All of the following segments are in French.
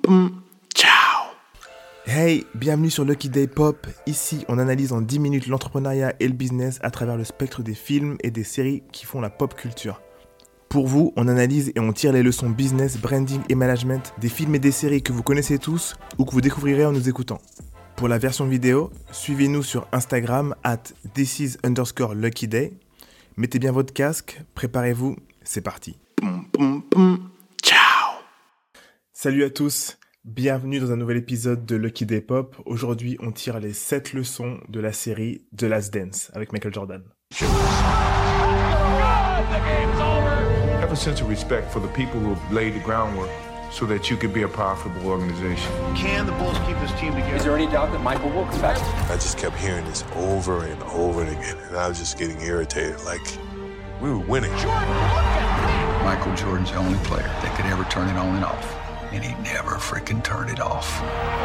Ciao. Hey, bienvenue sur Lucky Day Pop. Ici, on analyse en 10 minutes l'entrepreneuriat et le business à travers le spectre des films et des séries qui font la pop culture. Pour vous, on analyse et on tire les leçons business, branding et management des films et des séries que vous connaissez tous ou que vous découvrirez en nous écoutant. Pour la version vidéo, suivez-nous sur Instagram @thisis_luckyday. Mettez bien votre casque, préparez-vous, c'est parti. Ciao. Salut à tous, bienvenue dans un nouvel épisode de Lucky Day Pop. Aujourd'hui, on tire les 7 leçons de la série The Last Dance avec Michael Jordan. Have a sense of respect for the people who have laid the groundwork so that you could be a profitable organization. Can the Bulls keep this team together? Is there any doubt that Michael will come back? I just kept hearing this over and over again, and I was just getting irritated. Like, we were winning. Michael Jordan's the only player that could ever turn it on and off, and he never freaking turned it off.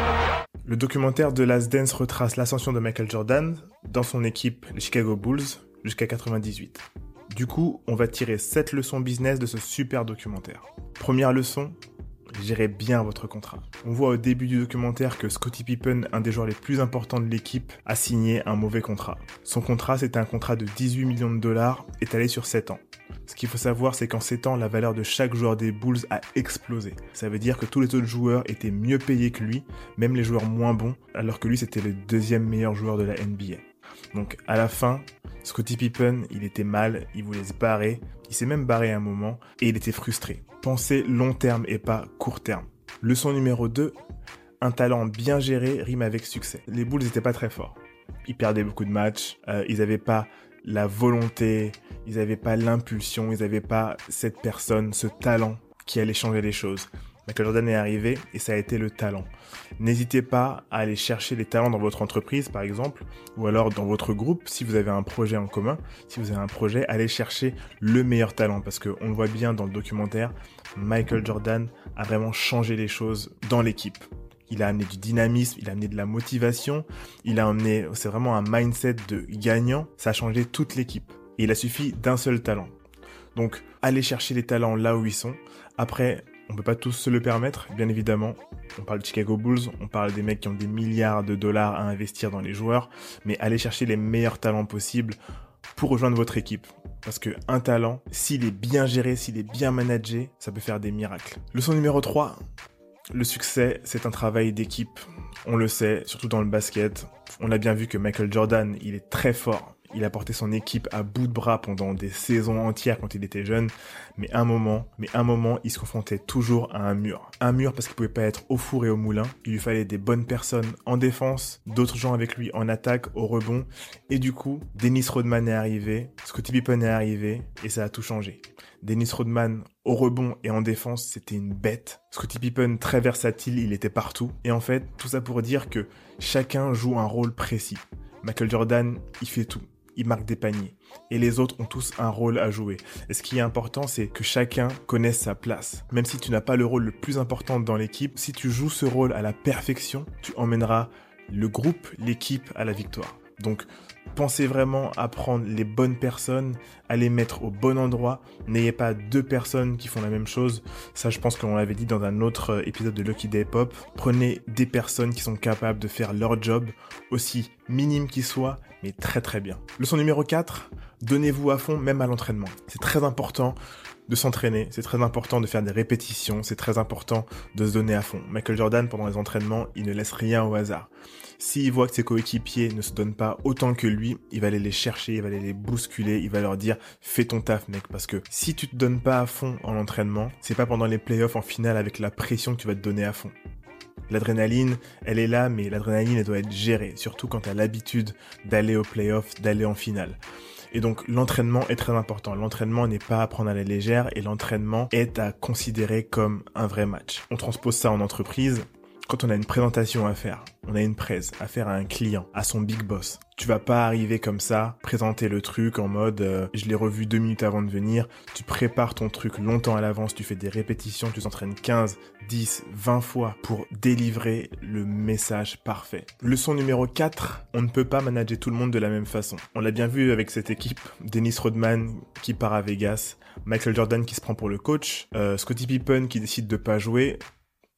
Le documentaire The Last Dance retrace l'ascension de Michael Jordan dans son équipe, les Chicago Bulls, jusqu'à 98. Du coup, on va tirer 7 leçons business de ce super documentaire. Première leçon, gérez bien votre contrat. On voit au début du documentaire que Scottie Pippen, un des joueurs les plus importants de l'équipe, a signé un mauvais contrat. Son contrat, c'était un contrat de 18 millions de dollars étalé sur 7 ans. Ce qu'il faut savoir, c'est qu'en 7 ans, la valeur de chaque joueur des Bulls a explosé. Ça veut dire que tous les autres joueurs étaient mieux payés que lui, même les joueurs moins bons, alors que lui, c'était le deuxième meilleur joueur de la NBA. Donc, à la fin, Scottie Pippen, il était mal, il voulait se barrer, il s'est même barré à un moment, et il était frustré. Pensez long terme et pas court terme. Leçon numéro 2, un talent bien géré rime avec succès. Les Bulls n'étaient pas très forts. Ils perdaient beaucoup de matchs, ils n'avaient pas la volonté, ils n'avaient pas l'impulsion, ils n'avaient pas cette personne, ce talent qui allait changer les choses. Michael Jordan est arrivé et ça a été le talent. N'hésitez pas à aller chercher les talents dans votre entreprise, par exemple, ou alors dans votre groupe, si vous avez un projet en commun, si vous avez un projet, allez chercher le meilleur talent, parce qu'on le voit bien dans le documentaire, Michael Jordan a vraiment changé les choses dans l'équipe. Il a amené du dynamisme, il a amené de la motivation, c'est vraiment un mindset de gagnant, ça a changé toute l'équipe. Et il a suffi d'un seul talent. Donc, allez chercher les talents là où ils sont. Après, on peut pas tous se le permettre, bien évidemment. On parle de Chicago Bulls, on parle des mecs qui ont des milliards de dollars à investir dans les joueurs, mais allez chercher les meilleurs talents possibles pour rejoindre votre équipe. Parce que un talent, s'il est bien géré, s'il est bien managé, ça peut faire des miracles. Leçon numéro 3, le succès, c'est un travail d'équipe. On le sait, surtout dans le basket. On a bien vu que Michael Jordan, il est très fort. Il a porté son équipe à bout de bras pendant des saisons entières quand il était jeune. Mais à un moment, il se confrontait toujours à un mur. Un mur parce qu'il pouvait pas être au four et au moulin. Il lui fallait des bonnes personnes en défense, d'autres gens avec lui en attaque, au rebond. Et du coup, Dennis Rodman est arrivé, Scottie Pippen est arrivé, et ça a tout changé. Dennis Rodman, au rebond et en défense, c'était une bête. Scottie Pippen, très versatile, il était partout. Et en fait, tout ça pour dire que chacun joue un rôle précis. Michael Jordan, il fait tout. Il marque des paniers. Et les autres ont tous un rôle à jouer. Et ce qui est important, c'est que chacun connaisse sa place. Même si tu n'as pas le rôle le plus important dans l'équipe, si tu joues ce rôle à la perfection, tu emmèneras le groupe, l'équipe à la victoire. Donc, pensez vraiment à prendre les bonnes personnes, à les mettre au bon endroit. N'ayez pas 2 personnes qui font la même chose. Ça, je pense qu'on l'avait dit dans un autre épisode de Lucky Day Pop. Prenez des personnes qui sont capables de faire leur job, aussi minime qu'il soit, mais très très bien. Leçon numéro 4, donnez-vous à fond, même à l'entraînement. C'est très important de s'entraîner, c'est très important de faire des répétitions, c'est très important de se donner à fond. Michael Jordan, pendant les entraînements, il ne laisse rien au hasard. S'il voit que ses coéquipiers ne se donnent pas autant que lui, il va aller les chercher, il va aller les bousculer, il va leur dire « fais ton taf mec », parce que si tu te donnes pas à fond en entraînement, c'est pas pendant les playoffs en finale avec la pression que tu vas te donner à fond. L'adrénaline, elle est là, mais l'adrénaline, elle doit être gérée, surtout quand tu as l'habitude d'aller aux playoffs, d'aller en finale. Et donc, l'entraînement est très important. L'entraînement n'est pas à prendre à la légère et l'entraînement est à considérer comme un vrai match. On transpose ça en entreprise. Quand on a une présentation à faire, on a une presse à faire à un client, à son big boss. Tu vas pas arriver comme ça, présenter le truc en mode je l'ai revu 2 minutes avant de venir. Tu prépares ton truc longtemps à l'avance, tu fais des répétitions, tu t'entraînes 15, 10, 20 fois pour délivrer le message parfait. Leçon numéro 4, on ne peut pas manager tout le monde de la même façon. On l'a bien vu avec cette équipe, Dennis Rodman qui part à Vegas, Michael Jordan qui se prend pour le coach, Scottie Pippen qui décide de pas jouer.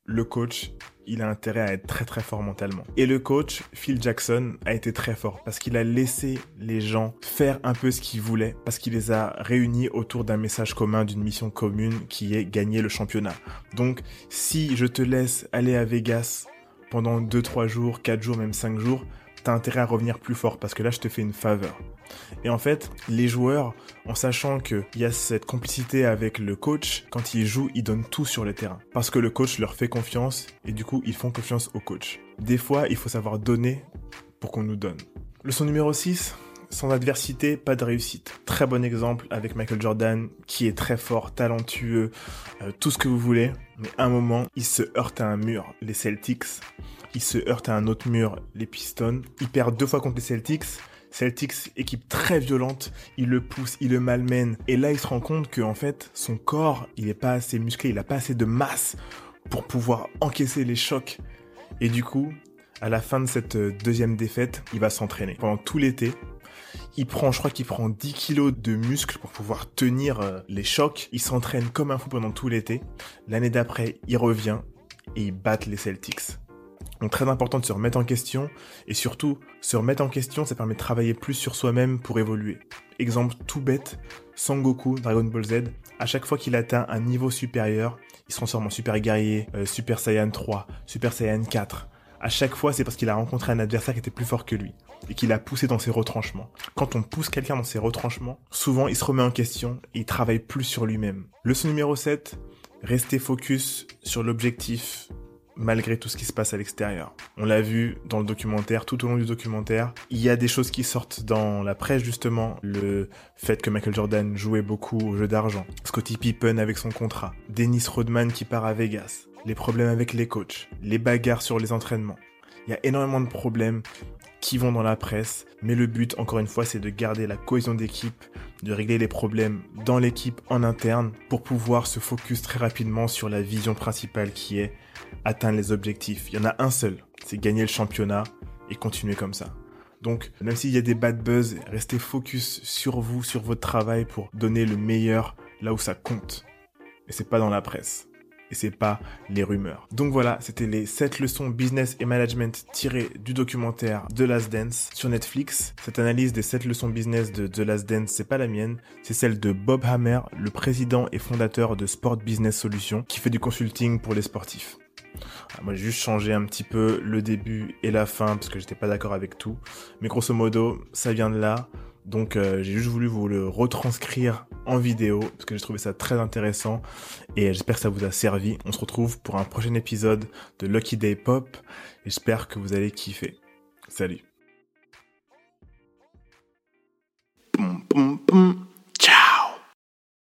le coach, il a intérêt à être très très fort mentalement. Et le coach, Phil Jackson, a été très fort parce qu'il a laissé les gens faire un peu ce qu'ils voulaient, parce qu'il les a réunis autour d'un message commun, d'une mission commune qui est gagner le championnat. Donc, si je te laisse aller à Vegas pendant 2, 3 jours, 4 jours, même 5 jours, t'as intérêt à revenir plus fort parce que là, je te fais une faveur. Et en fait, les joueurs, en sachant qu'il y a cette complicité avec le coach, quand ils jouent, ils donnent tout sur le terrain. Parce que le coach leur fait confiance et du coup, ils font confiance au coach. Des fois, il faut savoir donner pour qu'on nous donne. Leçon numéro 6, sans adversité, pas de réussite. Très bon exemple avec Michael Jordan, qui est très fort, talentueux, tout ce que vous voulez. Mais à un moment, il se heurte à un mur, les Celtics. Il se heurte à un autre mur, les Pistons. Il perd 2 fois contre les Celtics. Celtics, équipe très violente, il le pousse, il le malmène. Et là, il se rend compte que en fait, son corps, il est pas assez musclé, il a pas assez de masse pour pouvoir encaisser les chocs. Et du coup, à la fin de cette deuxième défaite, il va s'entraîner. Pendant tout l'été, je crois qu'il prend 10 kilos de muscles pour pouvoir tenir les chocs. Il s'entraîne comme un fou pendant tout l'été. L'année d'après, il revient et il bat les Celtics. Donc très important de se remettre en question, et surtout, se remettre en question, ça permet de travailler plus sur soi-même pour évoluer. Exemple tout bête, Sangoku, Dragon Ball Z, à chaque fois qu'il atteint un niveau supérieur, il se transforme en Super Guerrier, Super Saiyan 3, Super Saiyan 4. À chaque fois, c'est parce qu'il a rencontré un adversaire qui était plus fort que lui, et qu'il l'a poussé dans ses retranchements. Quand on pousse quelqu'un dans ses retranchements, souvent il se remet en question, et il travaille plus sur lui-même. Leçon numéro 7, restez focus sur l'objectif, malgré tout ce qui se passe à l'extérieur. On l'a vu dans le documentaire, tout au long du documentaire, il y a des choses qui sortent dans la presse justement, le fait que Michael Jordan jouait beaucoup au jeu d'argent, Scottie Pippen avec son contrat, Dennis Rodman qui part à Vegas, les problèmes avec les coachs, les bagarres sur les entraînements. Il y a énormément de problèmes qui vont dans la presse, mais le but, encore une fois, c'est de garder la cohésion d'équipe, de régler les problèmes dans l'équipe en interne pour pouvoir se focus très rapidement sur la vision principale qui est atteindre les objectifs. Il y en a un seul, c'est gagner le championnat et continuer comme ça. Donc, même s'il y a des bad buzz, restez focus sur vous, sur votre travail pour donner le meilleur là où ça compte. Et c'est pas dans la presse. Et c'est pas les rumeurs. Donc voilà, c'était les 7 leçons business et management tirées du documentaire The Last Dance sur Netflix. Cette analyse des 7 leçons business de The Last Dance, c'est pas la mienne, c'est celle de Bob Hammer, le président et fondateur de Sport Business Solutions, qui fait du consulting pour les sportifs. Moi j'ai juste changé un petit peu le début et la fin parce que j'étais pas d'accord avec tout, mais grosso modo ça vient de là. Donc j'ai juste voulu vous le retranscrire en vidéo parce que j'ai trouvé ça très intéressant et j'espère que ça vous a servi. On se retrouve pour un prochain épisode de Lucky Day Pop et j'espère que vous allez kiffer. Salut.